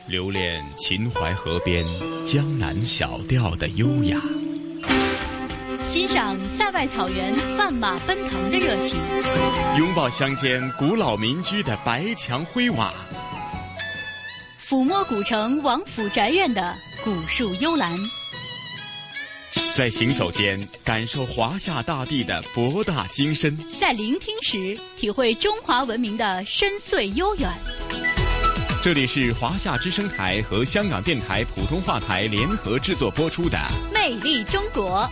留恋秦淮河边江南小调的优雅， 欣赏塞外草原万马奔腾的热情， 拥抱乡间古老民居的白墙灰瓦， 抚摸古城王府宅院的古树幽兰， 在行走间感受华夏大地的博大精深， 在聆听时体会中华文明的深邃悠远。 这里是华夏之声台和香港电台普通话台联合制作播出的《 魅力中国》。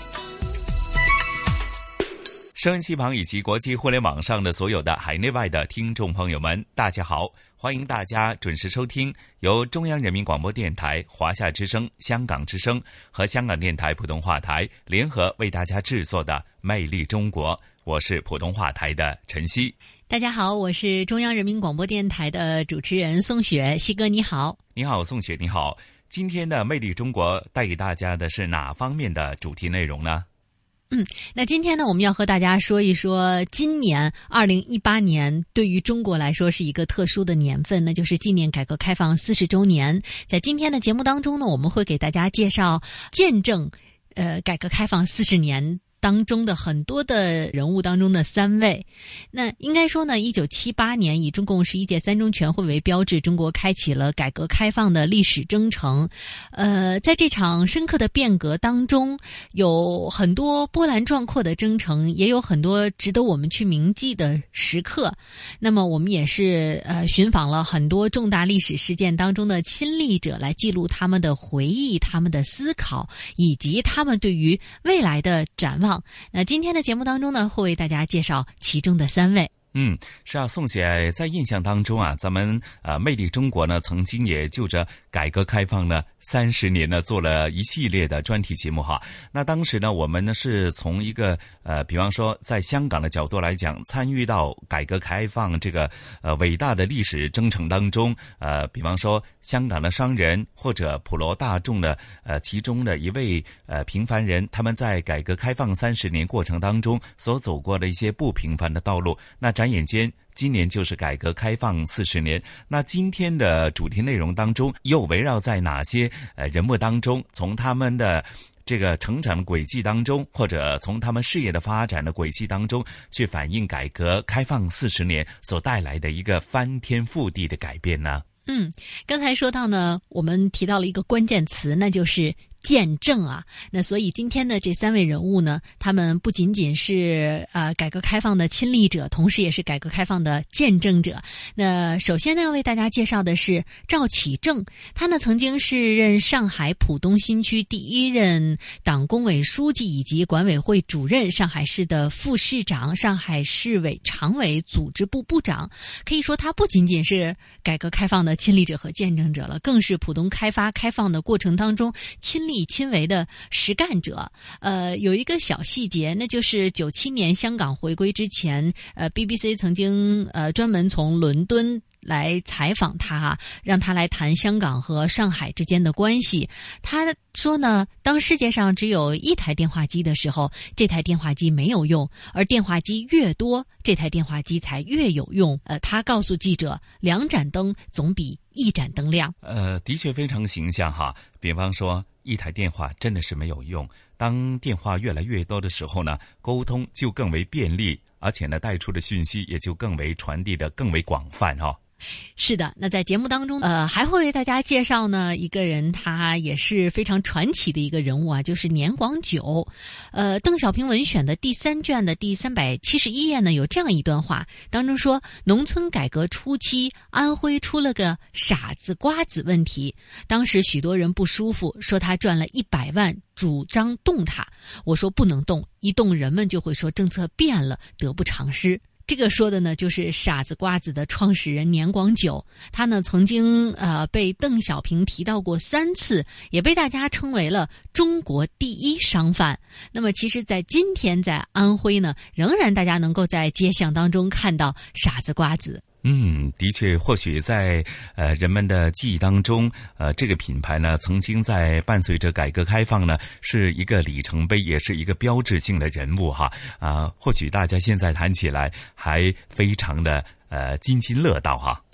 收音机旁以及国际互联网上的所有的海内外的听众朋友们，大家好，欢迎大家准时收听由中央人民广播电台、华夏之声、香港之声和香港电台普通话台联合为大家制作的《魅力中国》，我是普通话台的陈曦。 大家好，我是中央人民广播电台的主持人宋雪。曦哥你好。 你好，宋雪你好。今天的《魅力中国》带给大家的是哪方面的主题内容呢？ 那今天呢，我们要和大家说一说，今年2018年对于中国来说是一个特殊的年份，那就是纪念改革开放40周年。在今天的节目当中呢，我们会给大家介绍见证改革开放40年当中的很多的人物当中的3位。那应该说呢，1978年以中共11届3中全会为标志，中国开启了改革开放的历史征程。在这场深刻的变革当中，有很多波澜壮阔的征程，也有很多值得我们去铭记的时刻。那么我们也是寻访了很多重大历史事件当中的亲历者，来记录他们的回忆、他们的思考，以及他们对于未来的展望。那今天的节目当中呢，会为大家介绍其中的3位。 是啊，宋雪在印象当中啊，咱们魅力中国呢，曾经也就着改革开放呢30年呢做了一系列的专题节目哈。那当时呢，我们呢是从一个比方说在香港的角度来讲，参与到改革开放这个伟大的历史征程当中，比方说香港的商人或者普罗大众的其中的一位平凡人，他们在改革开放30年过程当中所走过的一些不平凡的道路。那转眼间今年就是改革开放40年，那今天的主题内容当中又围绕在哪些人物当中，从他们的这个成长轨迹当中，或者从他们事业的发展的轨迹当中，去反映改革开放40年所带来的一个翻天覆地的改变呢？ 刚才说到呢，我们提到了一个关键词，那就是见证啊。那所以今天的这3位人物呢，他们不仅仅是改革开放的亲历者，同时也是改革开放的见证者。那首先呢，要为大家介绍的是赵启正，他呢曾经是任上海浦东新区第1任党工委书记以及管委会主任，上海市的副市长，上海市委常委组织部部长。可以说他不仅仅是改革开放的亲历者和见证者了，更是浦东开放的过程当中亲力亲为的实干者。有一个小细节，那就是97年香港回归之前，BBC 曾经专门从伦敦来采访他，让他来谈香港和上海之间的关系。他说呢，当世界上只有1台电话机的时候，这台电话机没有用，而电话机越多，这台电话机才越有用。他告诉记者，2盏灯总比1盏灯亮。 的确非常形象哈。比方说1台电话真的是没有用，当电话越来越多的时候呢，沟通就更为便利，而且呢带出的讯息也就更为传递的更为广泛哈。 是的，那在节目当中还会为大家介绍呢一个人，他也是非常传奇的一个人物啊，就是年广久。邓小平文选的第3卷的第371页呢，有这样一段话，当中说，农村改革初期，安徽出了个傻子瓜子问题，当时许多人不舒服，说他赚了100万，主张动他。我说不能动，一动人们就会说政策变了，得不偿失。这个说的呢，就是傻子瓜子的创始人年广久。他呢曾经被邓小平提到过3次，也被大家称为了中国第1商贩。那么其实在今天在安徽呢，仍然大家能够在街巷当中看到傻子瓜子。 的确，或许在人们的记忆当中，这个品牌呢，曾经在伴随着改革开放呢，是一个里程碑，也是一个标志性的人物哈。或许大家现在谈起来还非常的津津乐道哈。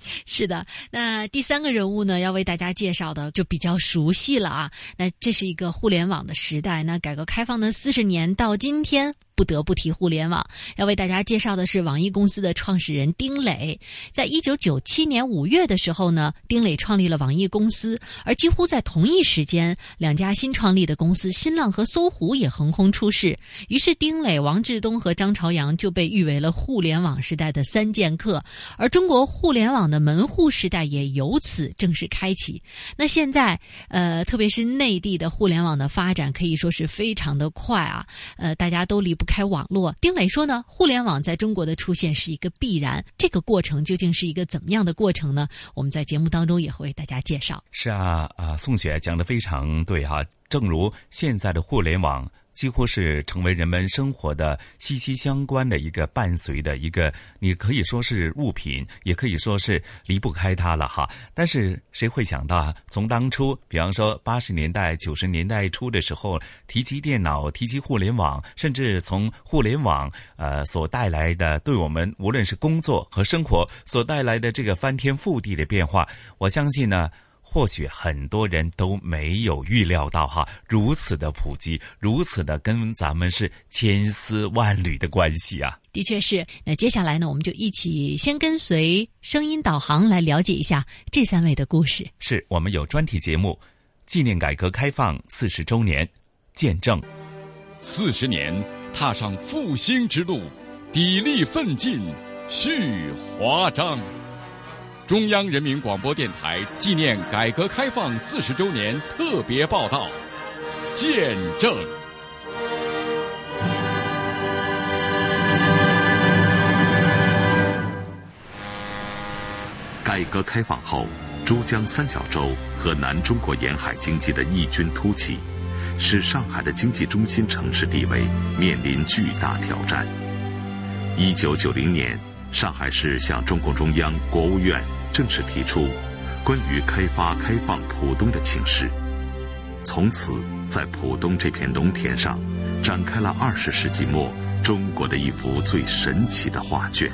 是的，那第三个人物呢，要为大家介绍的就比较熟悉了啊。那这是一个互联网的时代，那改革开放的40年到今天，不得不提互联网。要为大家介绍的是网易公司的创始人丁磊。在1997年5月的时候呢，丁磊创立了网易公司，而几乎在同一时间，两家新创立的公司新浪和搜狐也横空出世。于是丁磊、王志东和张朝阳就被誉为了互联网时代的3剑客，而中国互联网的门户时代也由此正式开启。那现在特别是内地的互联网的发展可以说是非常的快啊，大家都离不开网络。丁磊说呢，互联网在中国的出现是一个必然，这个过程究竟是一个怎么样的过程呢？我们在节目当中也会为大家介绍。 是啊，宋雪讲得非常对哈，正如现在的互联网几乎是成为人们生活的息息相关的一个伴随的一个，你可以说是物品，也可以说是离不开它了哈。但是谁会想到从当初比方说80年代90年代初的时候，提及电脑，提及互联网，甚至从互联网所带来的对我们无论是工作和生活所带来的这个翻天覆地的变化，我相信呢或许很多人都没有预料到哈，如此的普及，如此的跟咱们是千丝万缕的关系啊。 的确是。那接下来呢，我们就一起先跟随声音导航来了解一下这3位的故事。 是，我们有专题节目纪念改革开放40周年，见证 40年踏上复兴之路，砥砺奋进，续华章。中央人民广播电台纪念改革开放40周年特别报道，见证。 改革开放后，珠江三角洲和南中国沿海经济的异军突起，使上海的经济中心城市地位面临巨大挑战。1990年，上海市向中共中央、国务院正式提出关于开发开放浦东的请示。从此，在浦东这片农田上，展开了20世纪末中国的一幅最神奇的画卷。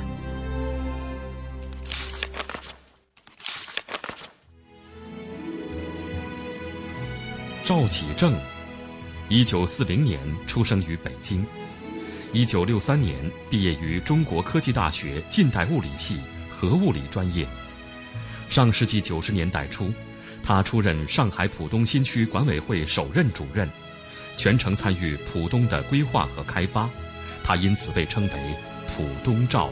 赵启正，1940年出生于北京，1963年毕业于中国科技大学近代物理系核物理专业。上世纪90年代初，他出任上海浦东新区管委会首任主任，全程参与浦东的规划和开发，他因此被称为浦东赵。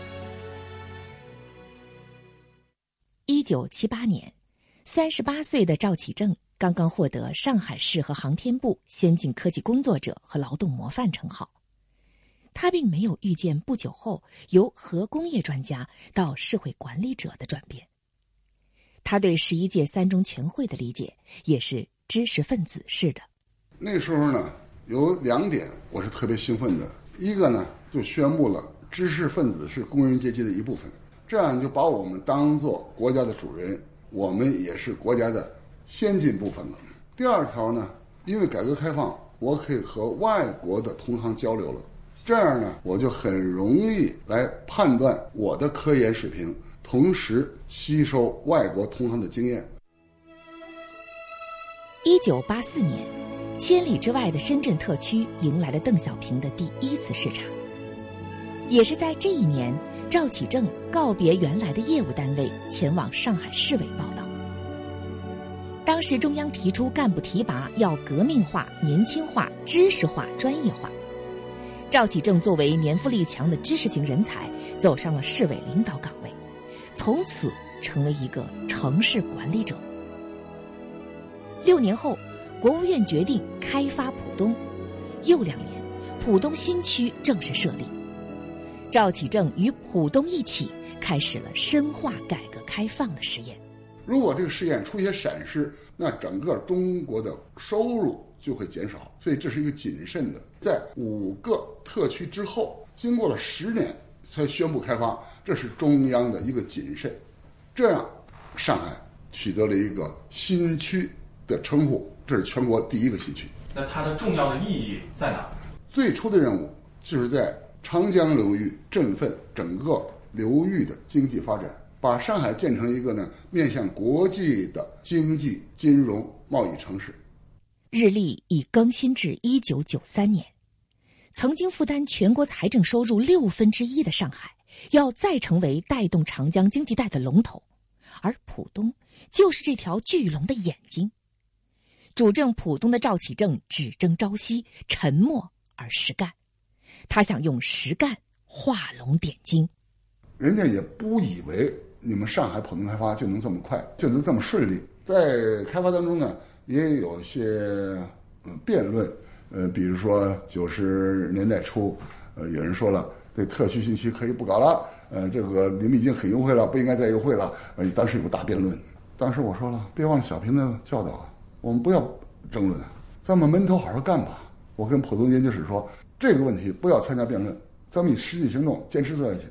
1978年，38岁的赵启正刚刚获得上海市和航天部先进科技工作者和劳动模范称号。他并没有预见不久后由核工业专家到社会管理者的转变。他对11届3中全会的理解也是知识分子式的。 那时候呢，有2点我是特别兴奋的。一个呢，就宣布了知识分子是工人阶级的一部分，这样就把我们当作国家的主人，我们也是国家的先进部分了。第二条呢，因为改革开放，我可以和外国的同行交流了，这样呢，我就很容易来判断我的科研水平，同时吸收外国同行的经验。 1984年，千里之外的深圳特区迎来了邓小平的第1次视察。也是在这一年，赵启正告别原来的业务单位，前往上海市委报道。当时中央提出干部提拔要革命化、年轻化、知识化、专业化。赵启正作为年富力强的知识型人才，走上了市委领导岗位，从此成为一个城市管理者。6年后，国务院决定开发浦东，又2年，浦东新区正式设立。赵启正与浦东一起，开始了深化改革开放的实验。 如果这个试验出现闪失，那整个中国的收入就会减少，所以这是一个谨慎的。在5个特区之后，经过了10年才宣布开发，这是中央的一个谨慎。这样，上海取得了一个新区的称呼，这是全国第1个新区。 那它的重要的意义在哪？ 最初的任务就是在长江流域振奋整个流域的经济发展。 把上海建成一个呢面向国际的经济、金融、贸易城市。 日历已更新至1993年，曾经负担全国财政收入1/6的上海，要再成为带动长江经济带的龙头，而浦东就是这条巨龙的眼睛。主政浦东的赵启正只争朝夕，沉默而实干。他想用实干画龙点睛。 人家也不以为你们上海浦东开发就能这么快，就能这么顺利。在开发当中呢，也有些辩论，比如说90年代初，有人说了，对特区新区可以不搞了，这个你们已经很优惠了，不应该再优惠了。当时有个大辩论，当时我说了，别忘了小平的教导啊，我们不要争论啊，咱们闷头好好干吧。我跟浦东研究室说，这个问题不要参加辩论，咱们以实际行动坚持做下去。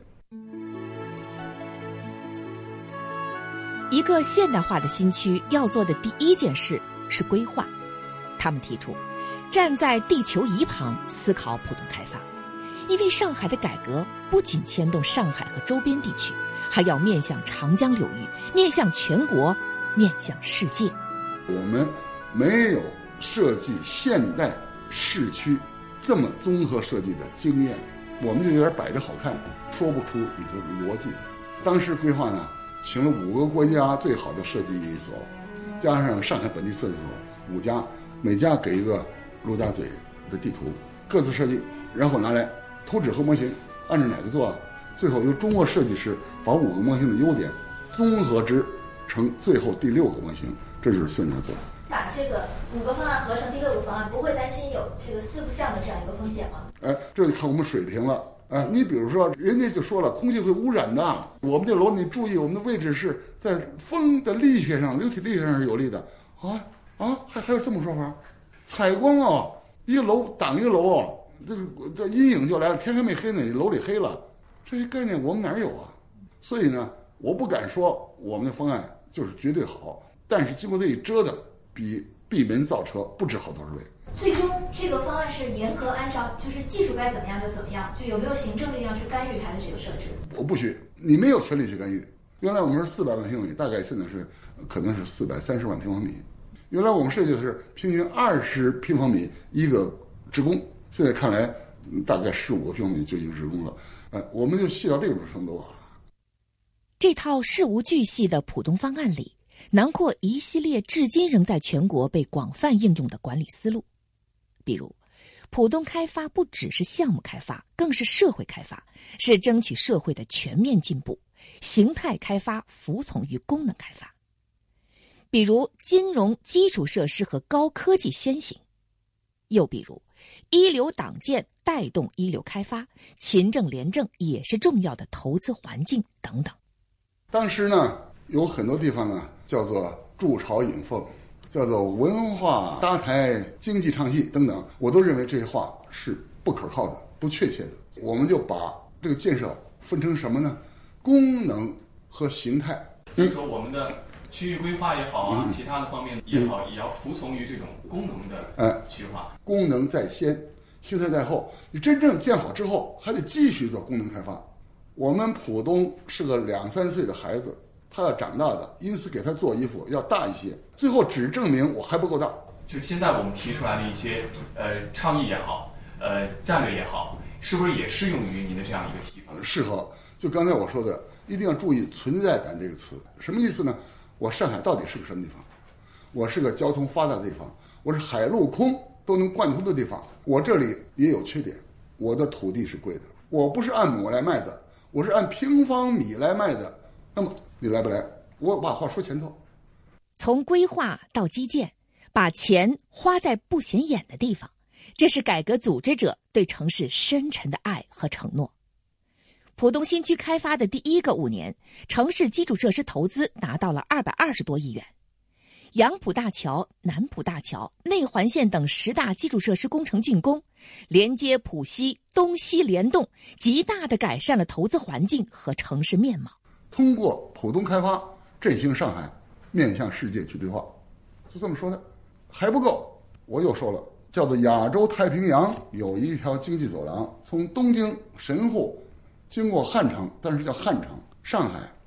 一个现代化的新区要做的第一件事是规划。他们提出，站在地球仪旁思考浦东开发，因为上海的改革不仅牵动上海和周边地区，还要面向长江流域，面向全国，面向世界。 我们没有设计现代市区这么综合设计的经验，我们就有点摆着好看，说不出里头的逻辑。当时规划呢，请了5个国家最好的设计所，加上上海本地设计所5家，每家给一个陆家嘴的地图，各自设计，然后拿来图纸和模型，按照哪个做啊？最后由中国设计师把5个模型的优点综合之成最后第6个模型，这就是现在做的。 把这个5个方案合成第6个方案，不会担心有这个4不像的这样一个风险吗？ 这就看我们水平了。你比如说，人家就说了，空气会污染的。我们这楼，你注意，我们的位置是在风的力学上、流体力学上是有利的。还有这么说法？采光啊，一个楼挡一个楼啊，这阴影就来了，天黑没黑呢，楼里黑了，这些概念我们哪有啊？所以呢，我不敢说我们的方案就是绝对好，但是经过这一折腾，比闭门造车不知好多少倍。 最终这个方案是严格按照就是技术该怎么样就怎么样，就有没有行政力量去干预它的这个设置？我不许，你没有权利去干预。原来我们是400万平方米，大概现在是可能是430万平方米。原来我们设计的是平均20平方米一个职工，现在看来大概15个平方米就已经职工了。我们就细到这种程度啊。 这套事无巨细的浦东方案里，囊括一系列至今仍在全国被广泛应用的管理思路。比如，浦东开发不只是项目开发，更是社会开发，是争取社会的全面进步。形态开发服从于功能开发。比如，金融基础设施和高科技先行。又比如，一流党建带动一流开发，勤政廉政也是重要的投资环境等等。 当时呢，有很多地方呢叫做筑巢引凤，叫做文化搭台、经济唱戏等等，我都认为这些话是不可靠的、不确切的。我们就把这个建设分成什么呢？功能和形态。 比如说我们的区域规划也好啊，其他的方面也好，也要服从于这种功能的区划。 功能在先，形态在后。你真正建好之后，还得继续做功能开发。我们浦东是个2、3岁的孩子，他要长大的，因此给他做衣服要大一些。最后只证明我还不够大。 就现在我们提出来的一些倡议也好，战略也好，是不是也适用于您的这样一个提法？ 适合。就刚才我说的，一定要注意存在感这个词，什么意思呢？我上海到底是个什么地方？我是个交通发达的地方，我是海陆空都能贯通的地方。我这里也有缺点，我的土地是贵的，我不是按亩来卖的，我是按平方米来卖的。那么你来不来？我把话说前头。 从规划到基建，把钱花在不显眼的地方，这是改革组织者对城市深沉的爱和承诺。浦东新区开发的第1个5年，城市基础设施投资达到了220多亿元。杨浦大桥、南浦大桥、内环线等10大基础设施工程竣工，连接浦西、东西联动，极大地改善了投资环境和城市面貌。 通过浦东开发振兴上海，面向世界去对话，是这么说的。还不够，我又说了，叫做亚洲太平洋有一条经济走廊，从东京神户经过汉城，但是叫汉城、上海、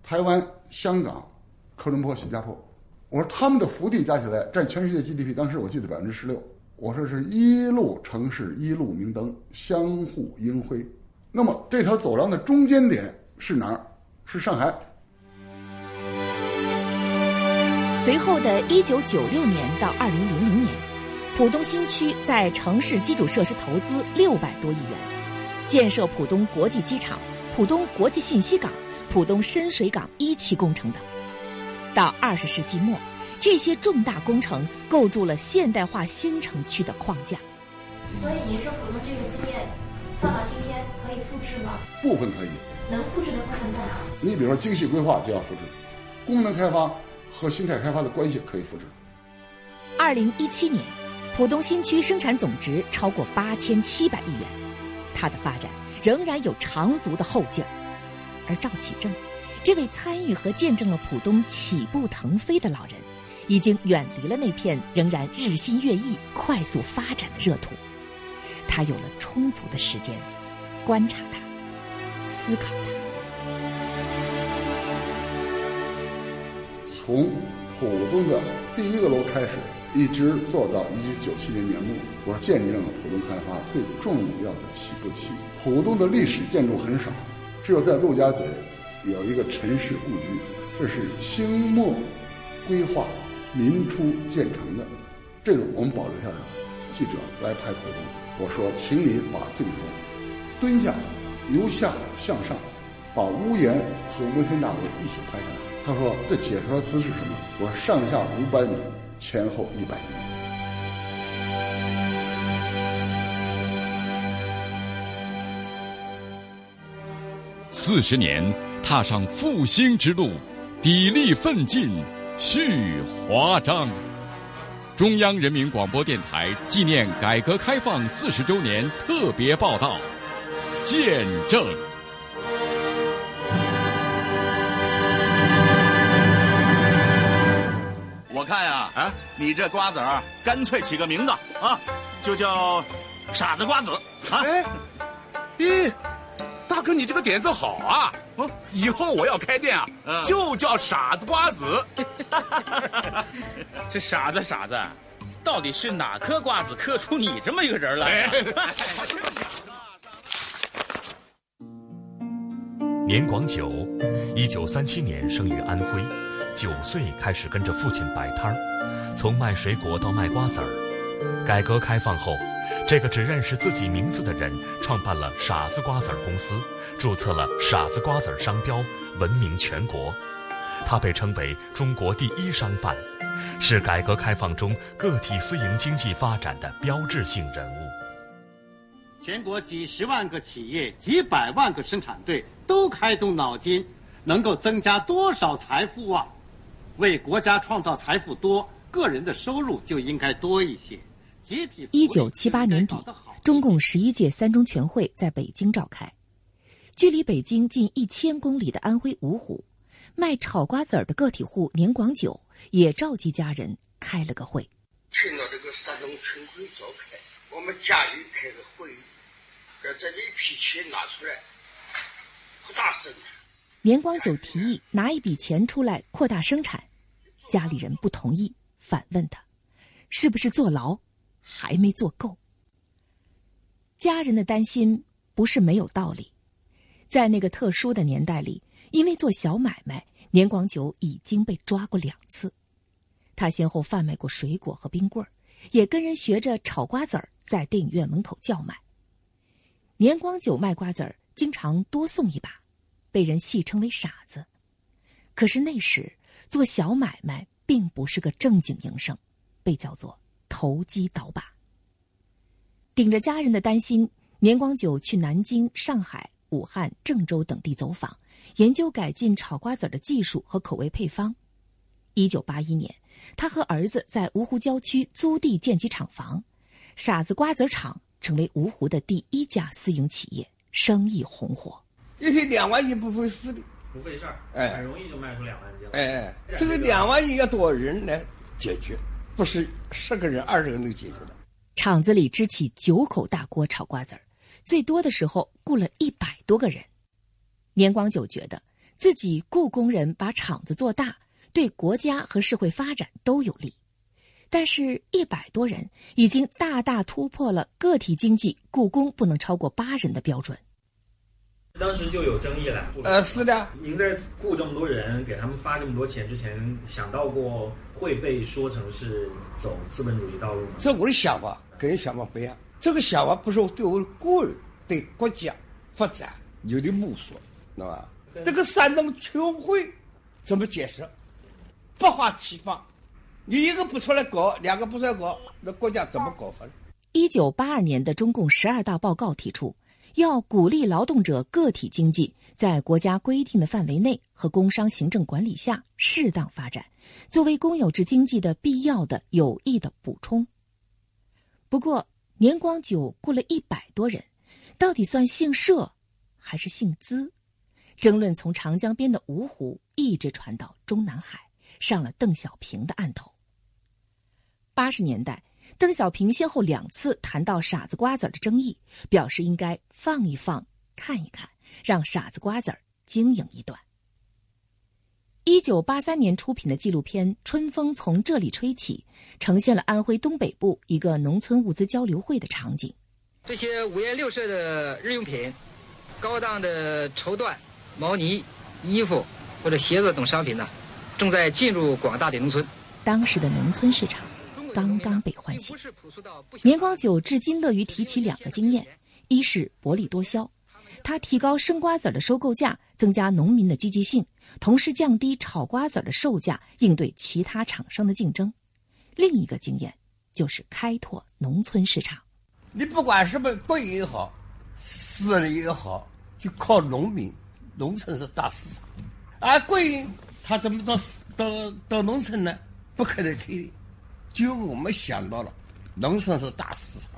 台湾、香港、科伦坡、新加坡。我说他们的福地加起来占全世界 GDP， 当时我记得16%。我说是一路城市一路明灯，相互映辉。那么这条走廊的中间点是哪儿？是上海。 随后的1996年到2000年，浦东新区在城市基础设施投资600多亿元，建设浦东国际机场、浦东国际信息港、浦东深水港1期工程等。到20世纪末，这些重大工程构筑了现代化新城区的框架。 所以您说浦东这个经验放到今天可以复制吗？ 部分可以。 能复制的部分在哪？ 你比如说精细规划就要复制，功能开发和sinh态开发的关系可以复制。 2017年，浦东新区生产总值超过8700亿元，它的发展仍然有长足的后劲儿。而赵启正，这位参与和见证了浦东起步腾飞的老人，已经远离了那片仍然日新月异、快速发展的热土。他有了充足的时间，观察它，思考它。 从浦东的第1个楼开始，一直做到1997年年末，我见证了浦东开发最重要的起步期。浦东的历史建筑很少，只有在陆家嘴有一个陈氏故居，这是清末规划民初建成的，这个我们保留下来了。记者来拍浦东，我说请你把镜头蹲下，由下向上，把屋檐和摩天大楼一起拍下来。他说这解说词是什么？我说上下500米，前后100 米。40年踏上复兴之路，砥砺奋进，续华章。中央人民广播电台纪念改革开放40周年特别报道，见证。 我看呀，你这瓜子儿干脆起个名字啊，就叫傻子瓜子啊！ 大哥，你这个点子好啊！以后我要开店啊，就叫傻子瓜子。 这傻子，到底是哪颗瓜子嗑出你这么一个人来？ 年广久，1937年生于安徽，9岁开始跟着父亲摆摊儿，从卖水果到卖瓜子儿。改革开放后，这个只认识自己名字的人创办了傻子瓜子儿公司，注册了傻子瓜子儿商标，闻名全国。他被称为中国第1商贩，是改革开放中个体私营经济发展的标志性人物。 全国几十万个企业、几百万个生产队都开动脑筋，能够增加多少财富啊？为国家创造财富多，个人的收入就应该多一些。 1978年底，中共11届三中全会在北京召开。距离北京近1000公里的安徽芜湖，卖炒瓜子儿的个体户年广久也召集家人开了个会。 听到这个三中全会召开，我们家里开个会，把这一批钱拿出来，扩大生产。 年广久提议拿一笔钱出来扩大生产，家里人不同意，反问他是不是坐牢，还没做够。家人的担心不是没有道理，在那个特殊的年代里，因为做小买卖，年广久已经被抓过2次。他先后贩卖过水果和冰棍儿，也跟人学着炒瓜子儿，在电影院门口叫卖。年广久卖瓜子儿经常多送一把，被人戏称为傻子。可是那时做小买卖并不是个正经营生，被叫做投机倒把。顶着家人的担心，年广久去南京、上海、武汉、郑州等地走访，研究改进炒瓜子的技术和口味配方。1981年，他和儿子在芜湖郊区租地建起厂房，傻子瓜子厂成为芜湖的第1家私营企业，生意红火。 一天2万斤不费事的， 不费事儿，很容易就卖出2万斤了。这个2万斤要多少人来解决？不是10个人、20个人能解决的。 厂子里支起9口大锅炒瓜子儿，最多的时候雇了100多个人。年广久觉得自己雇工人把厂子做大，对国家和社会发展都有利。但是100多人已经大大突破了个体经济雇工不能超过8人的标准。 当时就有争议了。 是的。 您在雇这么多人，给他们发这么多钱之前，想到过会被说成是走资本主义道路吗？ 这我的想法跟人想法不一样。这个想法不是对我个人、对国家发展有点摸索，知道吧？这个山东全会怎么解释？百花齐放，你一个不出来搞，2个不出来搞，那国家怎么搞法 ？1982年的中共12大报告提出，要鼓励劳动者个体经济在国家规定的范围内和工商行政管理下适当发展，作为公有制经济的必要的有益的补充。不过年光久雇了100多人，到底算姓社还是姓资？争论从长江边的芜湖一直传到中南海，上了邓小平的案头。80年代，邓小平先后2次谈到傻子瓜子的争议，表示应该放一放，看一看，让傻子瓜子经营一段。1983年出品的纪录片《春风从这里吹起》呈现了安徽东北部一个农村物资交流会的场景。 这些五颜六色的日用品、高档的绸缎、毛呢、衣服或者鞋子等商品呢，正在进入广大的农村。 当时的农村市场刚刚被唤醒。年光久至今乐于提起2个经验，一是薄利多销，他提高生瓜子的收购价，增加农民的积极性，同时降低炒瓜子的售价，应对其他厂商的竞争。另一个经验就是开拓农村市场。 你不管什么国营也好，私人也好，就靠农民，农村是大市场。而国营他怎么到农村呢？不可能退的。就我们想到了，农村是大市场。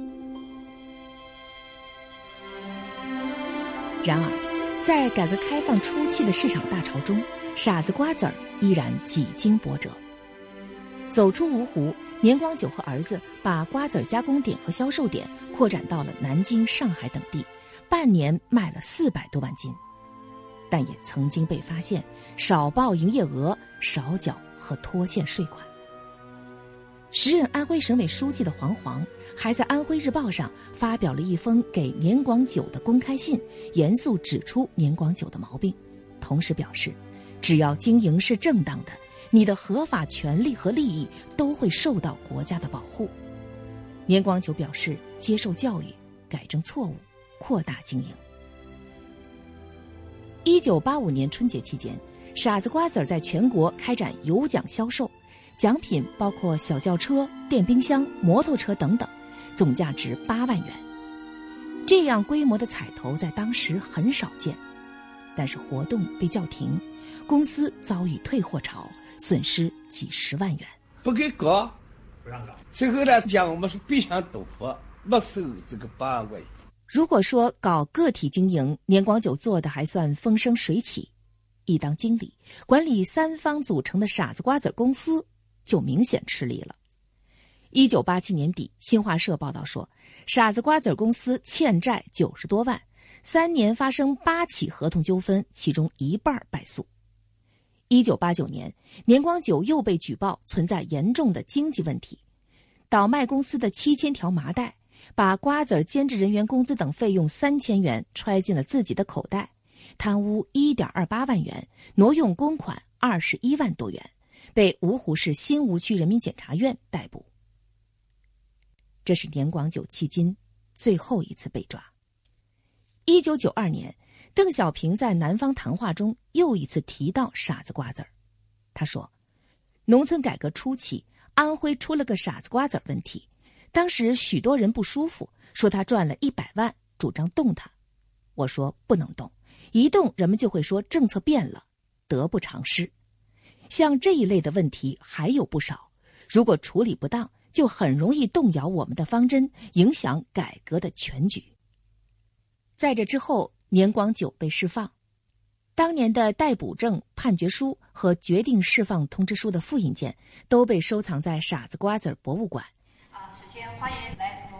然而，在改革开放初期的市场大潮中，傻子瓜子儿依然几经波折。走出芜湖，年光久和儿子把瓜子儿加工点和销售点扩展到了南京、上海等地，半年卖了400多万斤，但也曾经被发现少报营业额、少缴和拖欠税款。时任安徽省委书记的黄煌还在《安徽日报》上发表了一封给年光久的公开信，严肃指出年光久的毛病，同时表示，只要经营是正当的，你的合法权利和利益都会受到国家的保护。年光久表示接受教育，改正错误，扩大经营。1985年春节期间，傻子瓜子在全国开展有奖销售，奖品包括小轿车、电冰箱、摩托车等等，总价值8万元。这样规模的彩头在当时很少见，但是活动被叫停，公司遭遇退货潮，损失几10万元。 不给搞， 不让搞。 最后呢，讲我们是变相赌博，没收这个8万块钱。 如果说搞个体经营，年光久做的还算风生水起，一当经理，管理3方组成的傻子瓜子公司就明显吃力了。1987年底，新华社报道说，傻子瓜子公司欠债90多万，3年发生8起合同纠纷，其中一半败诉。1989年，年光久又被举报存在严重的经济问题，倒卖公司的7000条麻袋，把瓜子监制人员工资等费用3000元揣进了自己的口袋，贪污1.28万元，挪用公款21万多元，被芜湖市新吴区人民检察院逮捕。这是年光久迄今最后一次被抓。1992年，邓小平在南方谈话中又一次提到傻子瓜子儿。他说，农村改革初期，安徽出了个傻子瓜子问题，当时许多人不舒服，说他赚了100万，主张动他。我说不能动，一动人们就会说政策变了，得不偿失。像这一类的问题还有不少，如果处理不当，就很容易动摇我们的方针，影响改革的全局。在这之后，年光久被释放，当年的逮捕证、判决书和决定释放通知书的复印件都被收藏在傻子瓜子博物馆。 首先欢迎来我们芜湖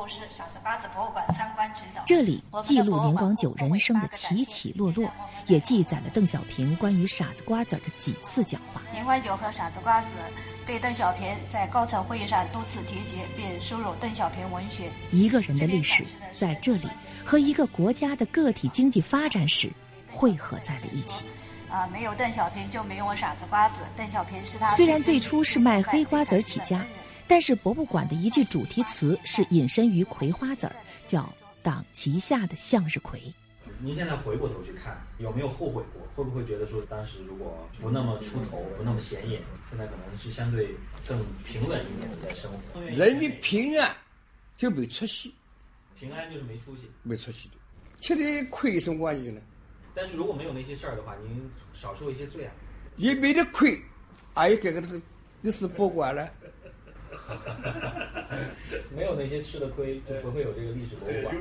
市傻子瓜子博物馆参观指导。 这里记录年广久人生的起起落落，也记载了邓小平关于傻子瓜子的几次讲话。 年广久和傻子瓜子被邓小平在高层会议上多次提及，并收入邓小平文学。 一个人的历史在这里和一个国家的个体经济发展史汇合在了一起。 没有邓小平就没有傻子瓜子。邓小平是他。 虽然最初是卖黑瓜子起家，但是博物馆的一句主题词是引申于葵花籽，叫党旗下的向日葵。 您现在回过头去看，有没有后悔过？会不会觉得说当时如果不那么出头，不那么显眼，现在可能是相对更平稳一点的在生活？ 人民平安就没出息， 平安就是没出息， 没出息的。其实亏有什么关系呢？ 但是如果没有那些事儿的话，您少受一些罪啊。 也没得亏，还有这个历史博物馆了。 没有那些吃的亏，就不会有这个历史博物馆。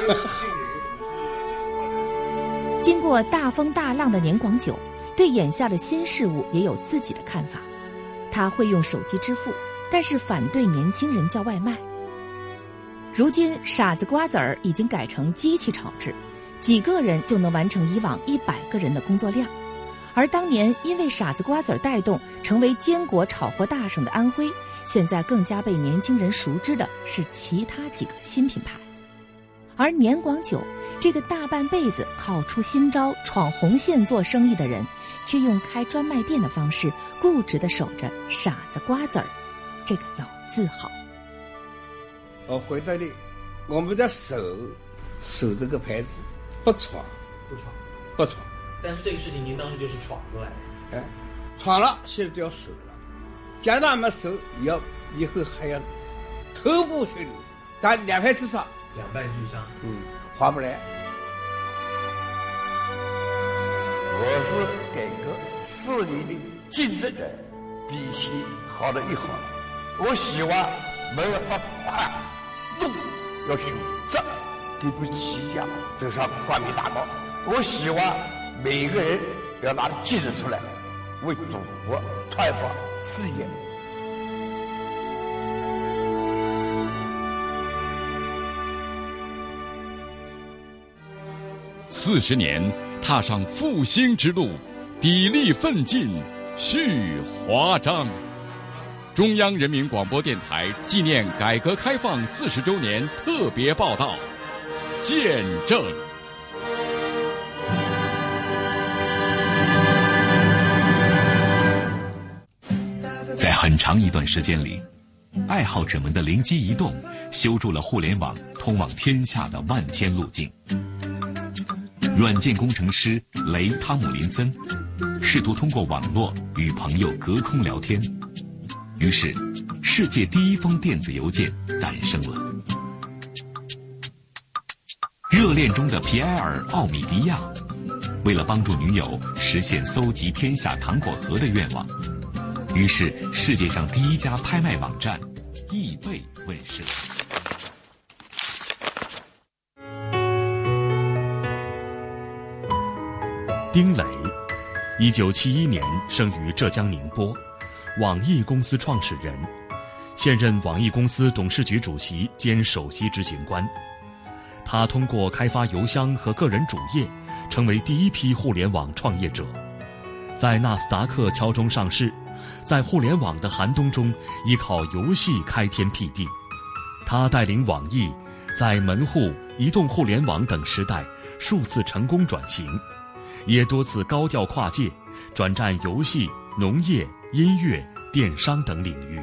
经过大风大浪的年广久，对眼下的新事物也有自己的看法。他会用手机支付，但是反对年轻人叫外卖。如今傻子瓜子儿已经改成机器炒制，几个人就能完成以往100个人的工作量。而当年因为傻子瓜子儿带动成为坚果炒货大省的安徽，现在更加被年轻人熟知的是其他几个新品牌。而年广久这个大半辈子靠出新招闯红线做生意的人，却用开专卖店的方式固执地守着傻子瓜子儿这个老字号。 回到的我们的守这个牌子，不闯。 但是这个事情您当时就是闯出来的。 闯了，现在就要守了。假如没守，以后还要头破血流，但2败俱伤。 2败俱伤， 划不来。 我是改革4年的尽职者，比起好了1行。我希望没有发快，路要选择，给不企业走上光明大道。我希望每个人要拿着劲子出来，为祖国创造事业。 40年，踏上复兴之路，砥砺奋进，续华章。中央人民广播电台纪念改革开放40周年特别报道，见证。 在很长一段时间里，爱好者们的灵机一动，修筑了互联网通往天下的万千路径。软件工程师雷·汤姆林森试图通过网络与朋友隔空聊天，于是世界第一封电子邮件诞生了。热恋中的皮埃尔·奥米迪亚为了帮助女友实现搜集天下糖果盒的愿望，于是世界上第一家拍卖网站易贝问世。 丁磊，1971年生于浙江宁波，网易公司创始人，现任网易公司董事局主席兼首席执行官。他通过开发邮箱和个人主页，成为第一批互联网创业者，在纳斯达克敲钟上市，在互联网的寒冬中依靠游戏开天辟地。他带领网易在门户、移动互联网等时代数次成功转型，也多次高调跨界，转战游戏、农业、音乐、电商等领域。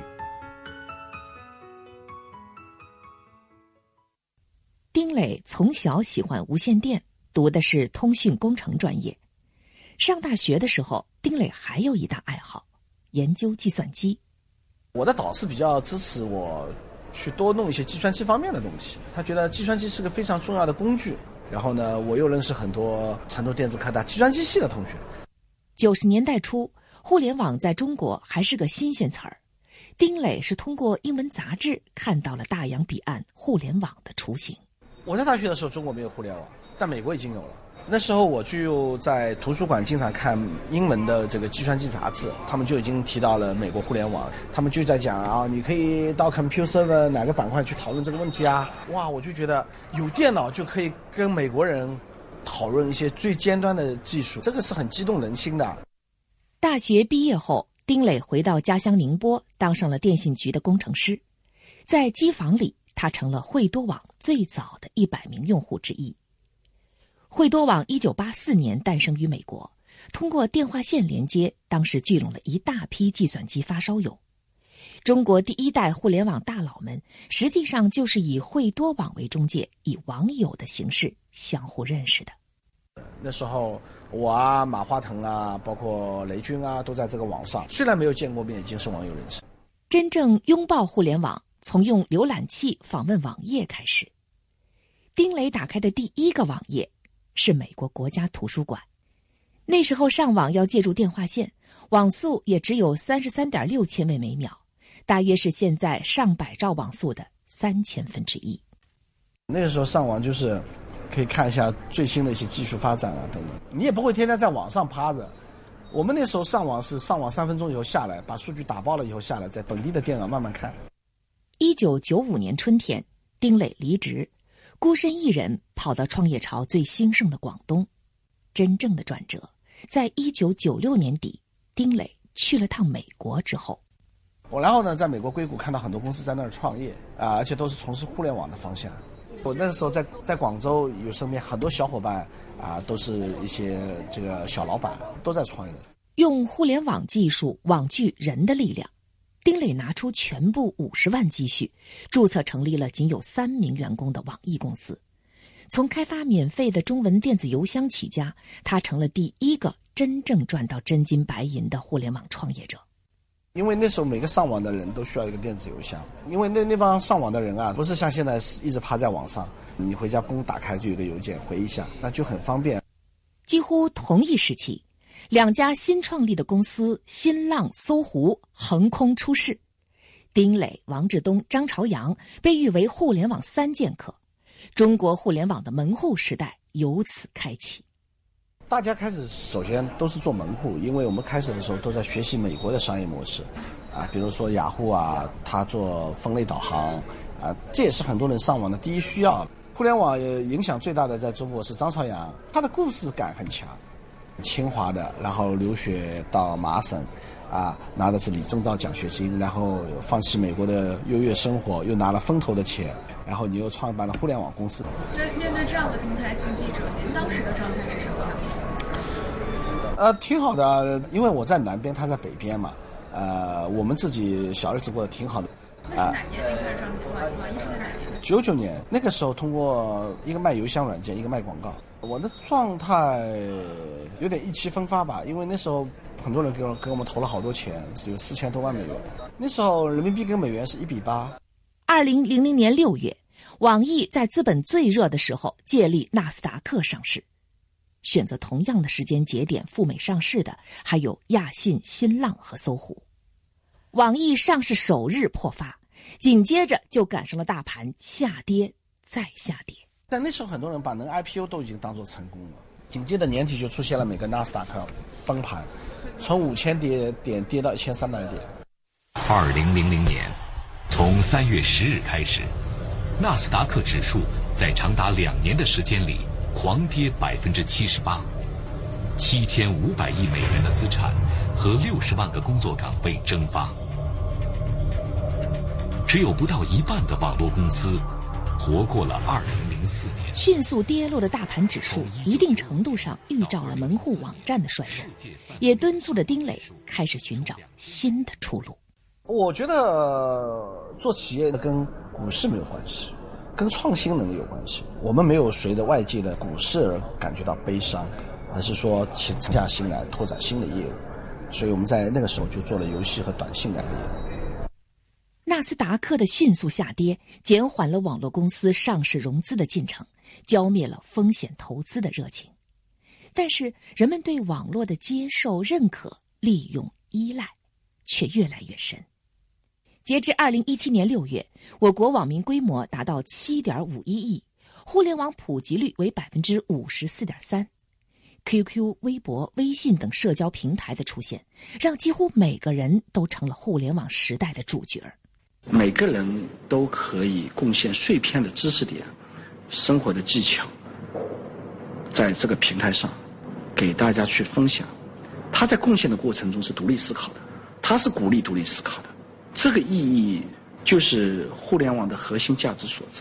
丁磊从小喜欢无线电，读的是通讯工程专业。上大学的时候，丁磊还有一大爱好，研究计算机。 我的导师比较支持我去多弄一些计算机方面的东西，他觉得计算机是个非常重要的工具。然后呢，我又认识很多成都电子科大计算机系的同学。 90年代初，互联网在中国还是个新鲜词儿。丁磊是通过英文杂志看到了大洋彼岸互联网的雏形。 我在大学的时候，中国没有互联网，但美国已经有了。 那时候我就在图书馆经常看英文的这个计算机杂志，他们就已经提到了美国互联网，他们就在讲啊，你可以到 computer 哪个板块去讨论这个问题啊。哇，我就觉得有电脑就可以跟美国人讨论一些最尖端的技术，这个是很激动人心的。 大学毕业后，丁磊回到家乡宁波，当上了电信局的工程师。在机房里，他成了惠多网最早的100名用户之一。惠多网1984年诞生于美国，通过电话线连接，当时聚拢了一大批计算机发烧友。中国第一代互联网大佬们实际上就是以惠多网为中介，以网友的形式相互认识的。 那时候我啊、马化腾啊，包括雷军啊，都在这个网上，虽然没有见过面，已经是网友人士。 真正拥抱互联网，从用浏览器访问网页开始。丁磊打开的第一个网页是美国国家图书馆。那时候上网要借助电话线，网速也只有33.6千位每秒，大约是现在上百兆网速的1/3000。 那个时候上网就是可以看一下最新的一些技术发展啊等等，你也不会天天在网上趴着。我们那时候上网是上网3分钟以后下来，把数据打包了以后下来，在本地的电脑慢慢看。 1995年春天，丁磊离职，孤身一人跑到创业潮最兴盛的广东。真正的转折在1996年底，丁磊去了趟美国之后。 然后呢，在美国硅谷看到很多公司在那儿创业啊，而且都是从事互联网的方向。我那个时候在广州有身边很多小伙伴啊，都是一些这个小老板，都在创业。 用互联网技术网聚人的力量，丁磊拿出全部50万积蓄，注册成立了仅有3名员工的网易公司。从开发免费的中文电子邮箱起家，他成了第一个真正赚到真金白银的互联网创业者。 因为那时候每个上网的人都需要一个电子邮箱，因为那帮上网的人啊，不是像现在一直趴在网上，你回家嘣打开就有个邮件回一下，那就很方便。 几乎同一时期，2家新创立的公司新浪、搜狐横空出世，丁磊、王志东、张朝阳被誉为互联网3剑客，中国互联网的门户时代由此开启。 大家开始首先都是做门户，因为我们开始的时候都在学习美国的商业模式啊，比如说雅虎啊，他做分类导航啊，这也是很多人上网的第一需要。互联网影响最大的在中国是张朝阳，他的故事感很强，清华的，然后留学到麻省啊，拿的是李政道奖学金，然后放弃美国的优越生活，又拿了风投的钱，然后你又创办了互联网公司。 面对这样的平台经济者，您当时的状态是什么样的？ 挺好的，因为我在南边，他在北边嘛，我们自己小日子过得挺好的。 那是哪年您开始上网易是在哪年 ？99年，那个时候通过一个卖邮箱软件，一个卖广告，我的状态有点意气风发吧，因为那时候很多人给我们投了好多钱，有4000多万美元。那时候人民币跟美元是1:8。 2000年6月，网易在资本最热的时候借力纳斯达克上市。选择同样的时间节点赴美上市的还有亚信、新浪和搜狐。网易上市首日破发，紧接着就赶上了大盘下跌再下跌。 但那时候很多人把能 IPO 都已经当作成功了，紧接着年底就出现了美国纳斯达克崩盘，从5000点跌到1300点。 2000年，从3月10日开始，纳斯达克指数在长达2年的时间里狂跌78%，7500亿美元的资产和60万个工作岗位蒸发，只有不到一半的网络公司活过了2004年。 迅速跌落的大盘指数，一定程度上预兆了门户网站的衰落，也敦促着丁磊开始寻找新的出路。 我觉得做企业的跟股市没有关系，跟创新能力有关系。我们没有随着外界的股市而感觉到悲伤，而是说沉下心来拓展新的业务。所以我们在那个时候就做了游戏和短信2个业务。 纳斯达克的迅速下跌，减缓了网络公司上市融资的进程，浇灭了风险投资的热情。但是人们对网络的接受、认可、利用、依赖却越来越深。截至2017年6月，我国网民规模达到7.51亿，互联网普及率为54.3%， QQ、微博、微信等社交平台的出现，让几乎每个人都成了互联网时代的主角。 每个人都可以贡献碎片的知识点、生活的技巧，在这个平台上给大家去分享。他在贡献的过程中是独立思考的，他是鼓励独立思考的，这个意义就是互联网的核心价值所在。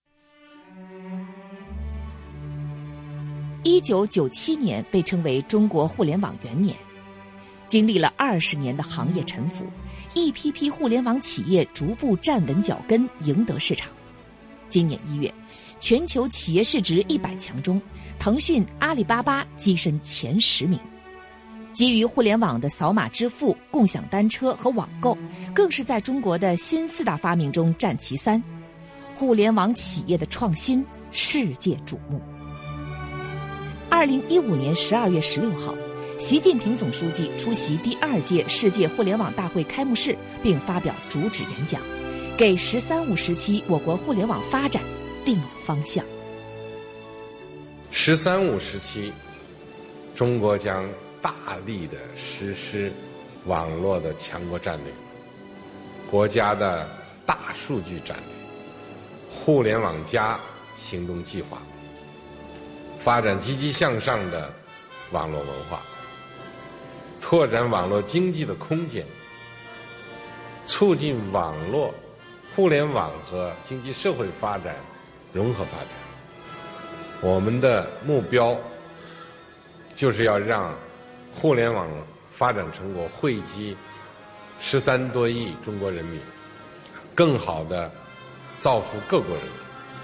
1997年被称为中国互联网元年，经历了20年的行业沉浮，一批批互联网企业逐步站稳脚跟，赢得市场。今年1月，全球企业市值100强中，腾讯、阿里巴巴跻身前10名。基于互联网的扫码支付、共享单车和网购，更是在中国的新4大发明中占其3。互联网企业的创新世界瞩目。2015年12月16号，习近平总书记出席第2届世界互联网大会开幕式，并发表主旨演讲，给“十三五”时期我国互联网发展定了方向。 “十三五”时期，中国将大力地实施网络的强国战略、国家的大数据战略、互联网+行动计划，发展积极向上的网络文化，拓展网络经济的空间，促进网络、互联网和经济社会发展融合发展。我们的目标就是要让互联网发展成果惠及13多亿中国人民，更好地造福各国人民。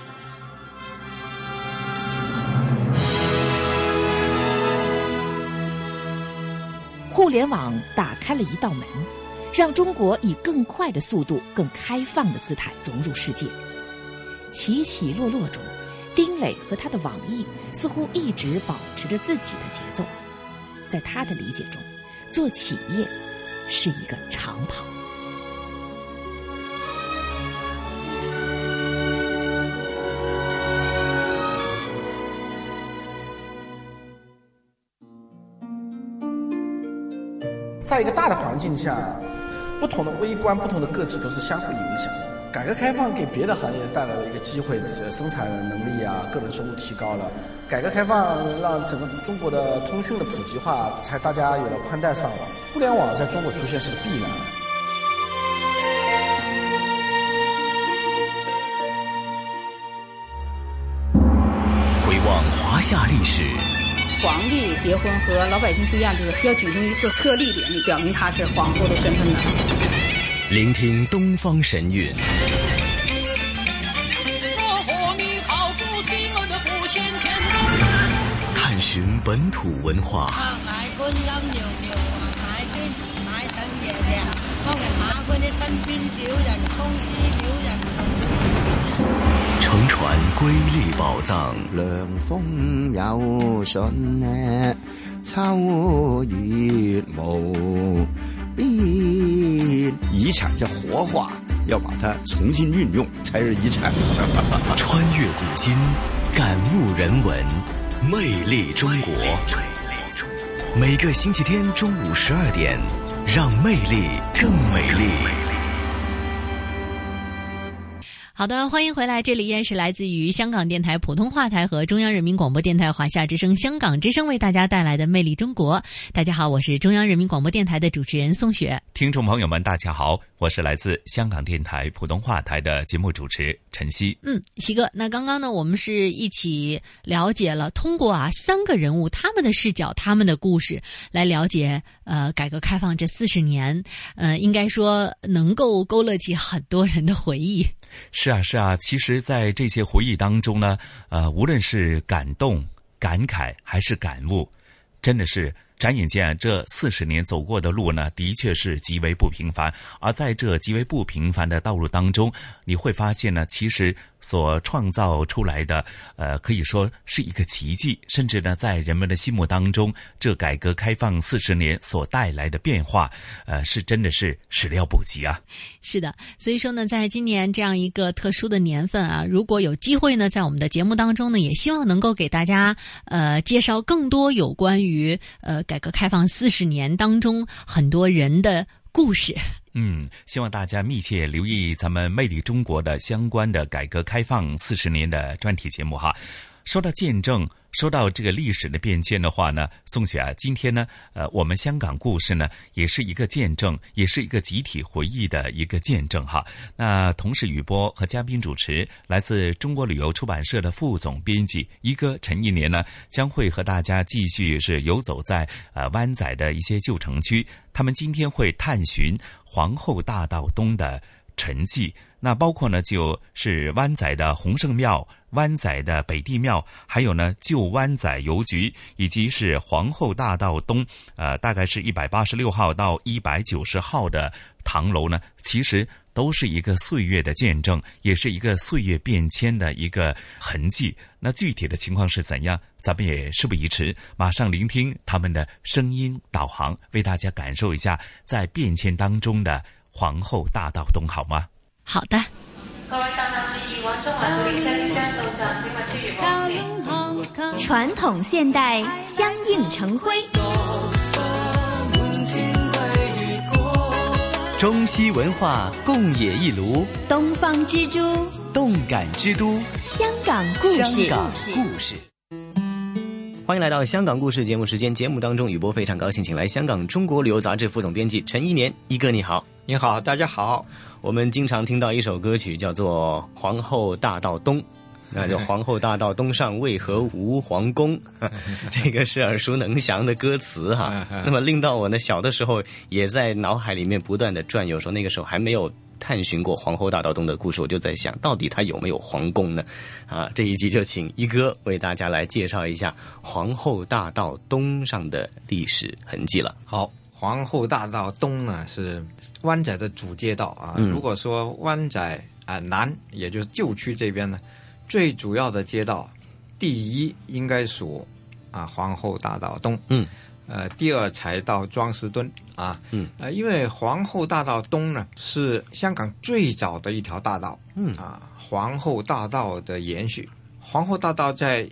互联网打开了一道门，让中国以更快的速度、更开放的姿态融入世界。起起落落中，丁磊和他的网易似乎一直保持着自己的节奏。在他的理解中，做企业是一个长跑。 在一个大的环境下，不同的微观、不同的个体都是相互影响。改革开放给别的行业带来了一个机会，生产能力啊，个人收入提高了。改革开放让整个中国的通讯的普及化，才大家有了宽带上网。互联网在中国出现是个必然。 回望华夏历史。 皇帝结婚和老百姓不一样，就是要举行一次册立典礼，表明他是皇后的身份的。 聆听东方神韵。探寻本土文化。乘船瑰丽宝藏。 涼風有信呢，秋月無邊。遺產要活化，要把它重新運用，才是遺產。 穿越古今，感悟人文，魅力中國。每个星期天中午12點，讓魅力更美麗。 好的，欢迎回来，这里依然是来自于香港电台普通话台和中央人民广播电台华夏之声、香港之声为大家带来的魅力中国。大家好，我是中央人民广播电台的主持人宋雪。 听众朋友们大家好，我是来自香港电台普通话台的节目主持陈曦。 曦哥，那刚刚呢我们是一起了解了，通过3个人物他们的视角、他们的故事来了解改革开放这40年，应该说能够勾勒起很多人的回忆。 是啊，其实在这些回忆当中呢，无论是感动、感慨还是感悟，真的是转眼间这40年走过的路呢，的确是极为不平凡。而在这极为不平凡的道路当中，你会发现呢，其实所创造出来的可以说是一个奇迹，甚至呢在人们的心目当中，这改革开放40年所带来的变化是真的是始料不及啊。 是的，所以说呢，在今年这样一个特殊的年份啊，如果有机会呢，在我们的节目当中呢，也希望能够给大家介绍更多有关于改革开放40年当中很多人的故事。 希望大家密切留意咱们魅力中国的相关的改革开放40年的专题节目哈。说到见证，说到这个历史的变迁的话呢，宋雪啊，今天呢，我们香港故事呢，也是一个见证，也是一个集体回忆的一个见证哈。那同时语播和嘉宾主持，来自中国旅游出版社的副总编辑一哥陈一年呢，将会和大家继续是游走在湾仔的一些旧城区，他们今天会探寻皇后大道东的沉寂。那包括呢，就是湾仔的洪圣庙、湾仔的北帝庙，还有呢旧湾仔邮局，以及是皇后大道东，大概是186号到190号的唐楼呢，其实都是一个岁月的见证，也是一个岁月变迁的一个痕迹。那具体的情况是怎样，咱们也事不宜迟，马上聆听他们的声音导航，为大家感受一下在变迁当中的皇后大道东，好吗？ 好的。 传统现代相映成辉， 中西文化共冶一炉， 东方之珠， 动感之都， 香港故事。 香港故事。欢迎来到香港故事节目时间，节目当中雨波非常高兴请来香港中国旅游杂志副总编辑陈一年，一哥你好。 你好，大家好。 我们经常听到一首歌曲叫做《皇后大道东》，那就皇后大道东上为何无皇宫这个是耳熟能详的歌词哈。那么令到我呢小的时候也在脑海里面不断的转悠，说那个时候还没有探寻过皇后大道东的故事，我就在想到底它有没有皇宫呢？这一集就请一哥为大家来介绍一下皇后大道东上的历史痕迹了。 好，皇后大道东呢是湾仔的主街道啊。如果说湾仔南，也就是旧区这边呢，最主要的街道，第一应该属皇后大道东。第二才到庄士敦啊。因为皇后大道东呢是香港最早的一条大道。皇后大道的延续。皇后大道在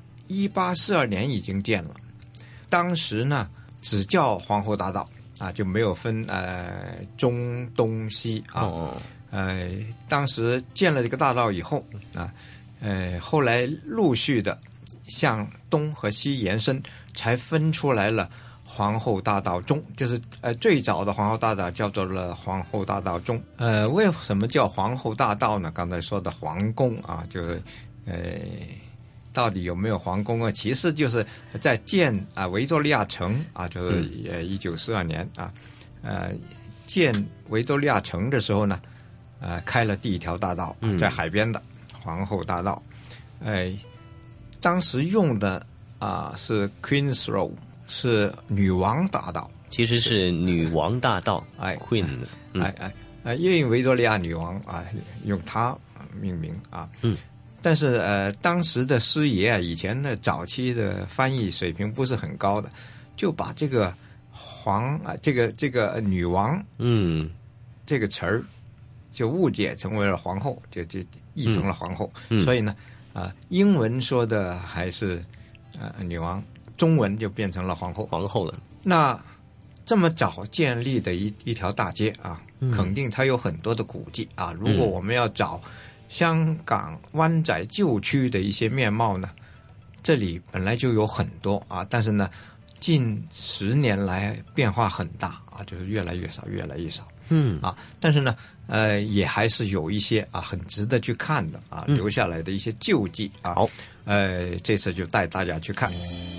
1842年已经建了，当时呢只叫皇后大道就没有分中东西啊。当时建了这个大道以后后来陆续的向东和西延伸，才分出来了皇后大道中，就是最早的皇后大道叫做了皇后大道中。为什么叫皇后大道呢？刚才说的皇宫就是到底有没有皇宫啊？其实就是在建维多利亚城就是1942年建维多利亚城的时候呢，开了第一条大道，在海边的皇后大道。当时用的是 Queen's Road， 是女王大道， 其实是女王大道，Queen's。 因为维多利亚女王用它命名但是当时的师爷以前的早期的翻译水平不是很高的，就把这个这个女王这个词儿就误解成为了皇后，就译成了皇后。所以呢英文说的还是女王，中文就变成了皇后了。那这么早建立的一条大街肯定它有很多的古迹如果我们要找香港湾仔旧区的一些面貌呢，这里本来就有很多但是呢近10年来变化很大就是越来越少越来越少。但是呢也还是有一些很值得去看的留下来的一些旧迹好，这次就带大家去看。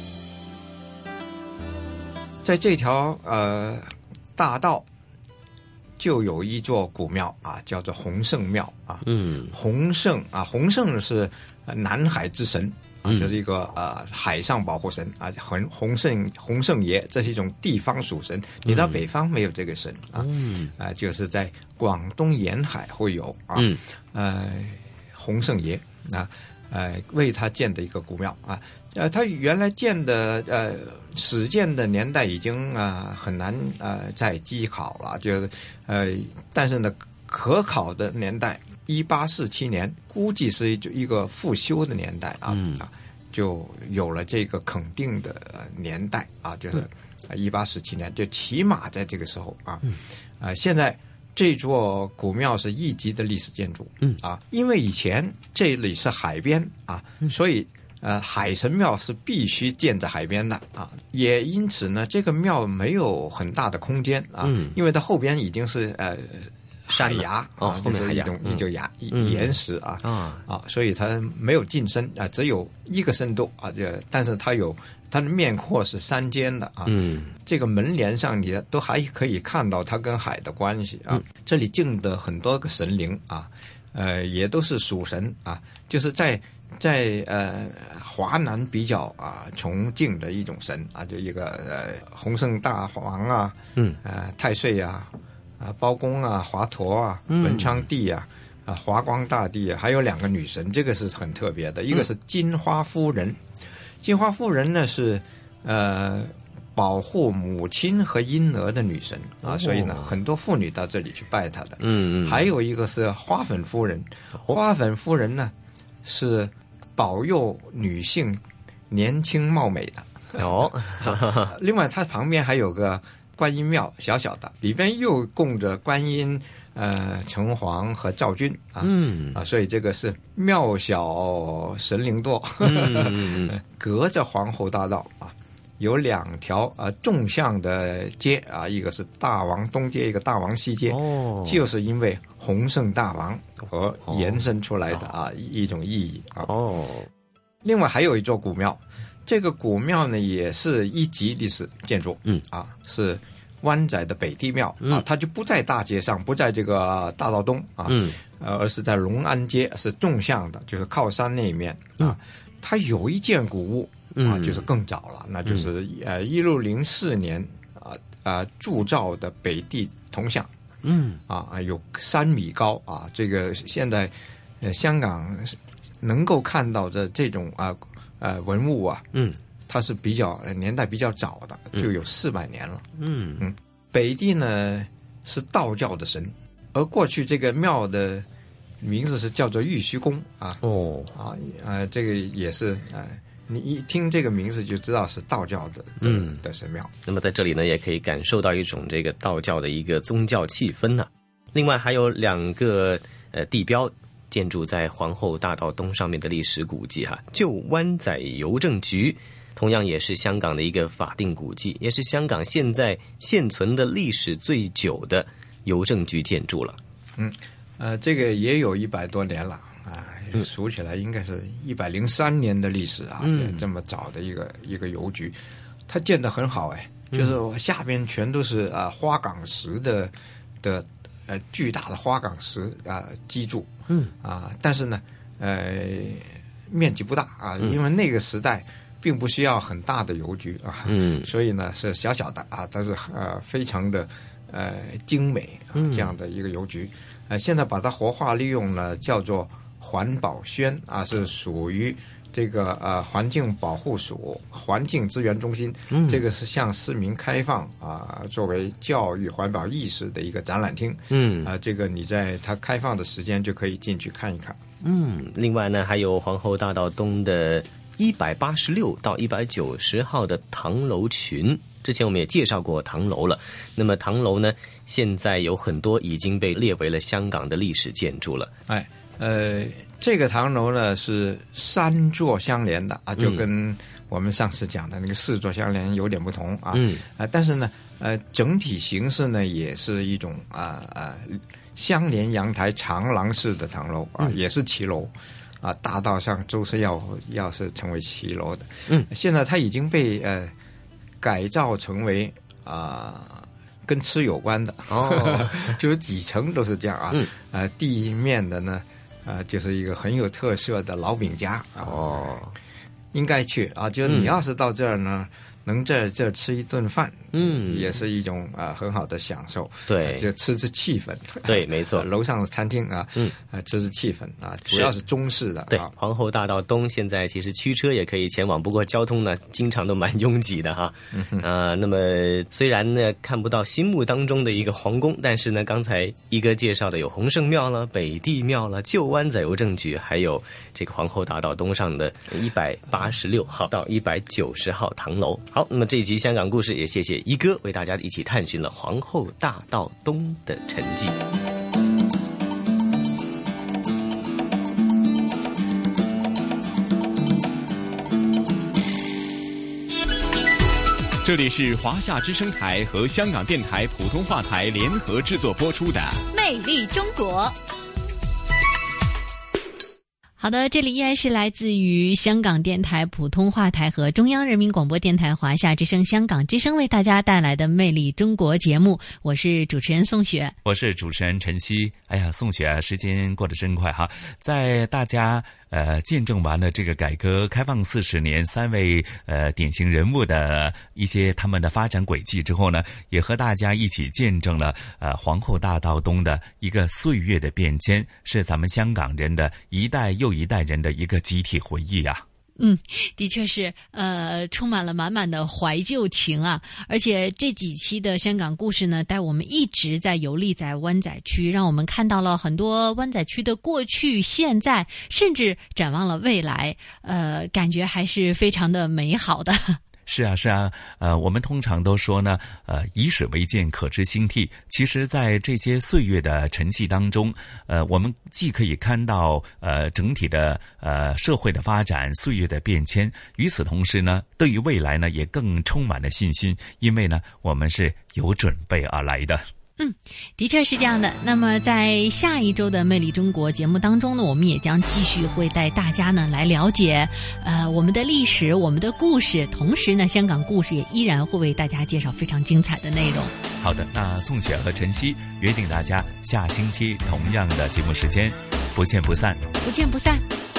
在这条大道就有一座古庙叫做洪圣庙洪圣洪圣是南海之神就是一个海上保护神啊，洪圣爷，这是一种地方属神。你到北方没有这个神就是在广东沿海会有洪圣爷为他建的一个古庙啊。他原来建的始建的年代已经很难再稽考了，就是但是呢可考的年代1847年，估计是一个复修的年代就有了这个肯定的年代就是1817年，就起码在这个时候现在这座古庙是1级的历史建筑因为以前这里是海边所以海神庙是必须建在海边的也因此呢，这个庙没有很大的空间因为它后边已经是海崖后面海崖就是岩石所以它没有进深只有1个深度但是它的面阔是3间的这个门帘上你都还可以看到它跟海的关系这里敬的很多个神灵也都是属神就是在华南比较崇敬的一种神就一个洪圣大王太岁包公华佗文昌帝华光大帝还有2个女神，这个是很特别的。一个是金花夫人，金花夫人呢是保护母亲和婴儿的女神所以呢很多妇女到这里去拜她的。还有一个是花粉夫人，花粉夫人呢是保佑女性年轻貌美的另外她旁边还有个观音庙，小小的，里边又供着观音、城隍和赵君所以这个是庙小神灵多。隔着皇后大道有2条纵向的街一个是大王东街，一个大王西街就是因为洪圣大王而延伸出来的一种意义另外还有一座古庙，这个古庙呢也是1级历史建筑是湾仔的北帝庙它就不在大街上，不在这个大道东而是在隆安街，是纵向的，就是靠山那一面它有一件古物就是更早了，那就是1604年铸造的北帝铜像有3米高这个现在香港能够看到的这种文物它是比较年代比较早的，就有400年了。北帝呢是道教的神，而过去这个庙的名字是叫做玉虚宫这个也是你一听这个名字就知道是道教的神庙。 那么在这里呢，也可以感受到一种这个道教的一个宗教气氛呢。另外还有2个地标建筑在皇后大道东上面的历史古迹旧湾仔邮政局，同样也是香港的一个法定古迹，也是香港现在现存的历史最久的邮政局建筑了。 这个也有100多年了数起来应该是103年的历史这么早的一个邮局，它建得很好就是下边全都是花岗石的巨大的花岗石基柱但是呢面积不大因为那个时代并不需要很大的邮局所以呢是小小的但是非常的精美这样的一个邮局现在把它活化利用了，叫做环保轩是属于这个环境保护署环境资源中心这个是向市民开放作为教育环保意识的一个展览厅这个你在它开放的时间就可以进去看一看另外呢还有皇后大道东的186到190号的唐楼群，之前我们也介绍过唐楼了。那么唐楼呢现在有很多已经被列为了香港的历史建筑了这个唐楼呢是3座相连的就跟我们上次讲的那个4座相连有点不同但是呢整体形式呢也是一种相连阳台长廊式的唐楼也是骑楼大道上都是要是成为骑楼的现在它已经被改造成为跟吃有关的就是几层都是这样地面的呢就是一个很有特色的老饼家应该去啊。就你要是到这儿呢，能这吃一顿饭，也是一种很好的享受。 对， 就吃气氛。 对，没错， 楼上的餐厅啊，吃气氛啊，主要是中式的。 对，皇后大道东现在其实驱车也可以前往，不过交通呢经常都蛮拥挤的哈。那么虽然呢看不到心目当中的一个皇宫，但是呢刚才一哥介绍的有洪圣庙了、北帝庙了、旧湾仔邮政局，还有这个皇后大道东上的186号到190号唐楼。好，那么这一集香港故事也谢谢一哥为大家一起探寻了皇后大道东的沉寂。 这里是华夏之声台和香港电台普通话台联合制作播出的《 魅力中国》。 好的，这里依然是来自于香港电台普通话台和中央人民广播电台华夏之声、香港之声为大家带来的《魅力中国》节目，我是主持人宋雪， 我是主持人陈曦。哎呀，宋雪啊，时间过得真快哈！在大家见证完了这个改革开放40年3位典型人物的一些他们的发展轨迹之后呢，也和大家一起见证了皇后大道东的一个岁月的变迁，是咱们香港人的一代又一代人的一个集体回忆啊。 的确是，充满了满满的怀旧情啊！而且这几期的香港故事呢，带我们一直在游历在湾仔区，让我们看到了很多湾仔区的过去、现在，甚至展望了未来，感觉还是非常的美好的。 是啊，我们通常都说呢，以史为鉴，可知兴替。其实，在这些岁月的沉寂当中，我们既可以看到整体的社会的发展、岁月的变迁，与此同时呢，对于未来呢，也更充满了信心，因为呢，我们是有准备而来的。 的确是这样的。那么在下一周的《魅力中国》节目当中呢，我们也将继续会带大家呢来了解我们的历史、我们的故事，同时呢，香港故事也依然会为大家介绍非常精彩的内容。 好的，那宋雪和陈曦约定大家下星期同样的节目时间，不见不散。 不见不散。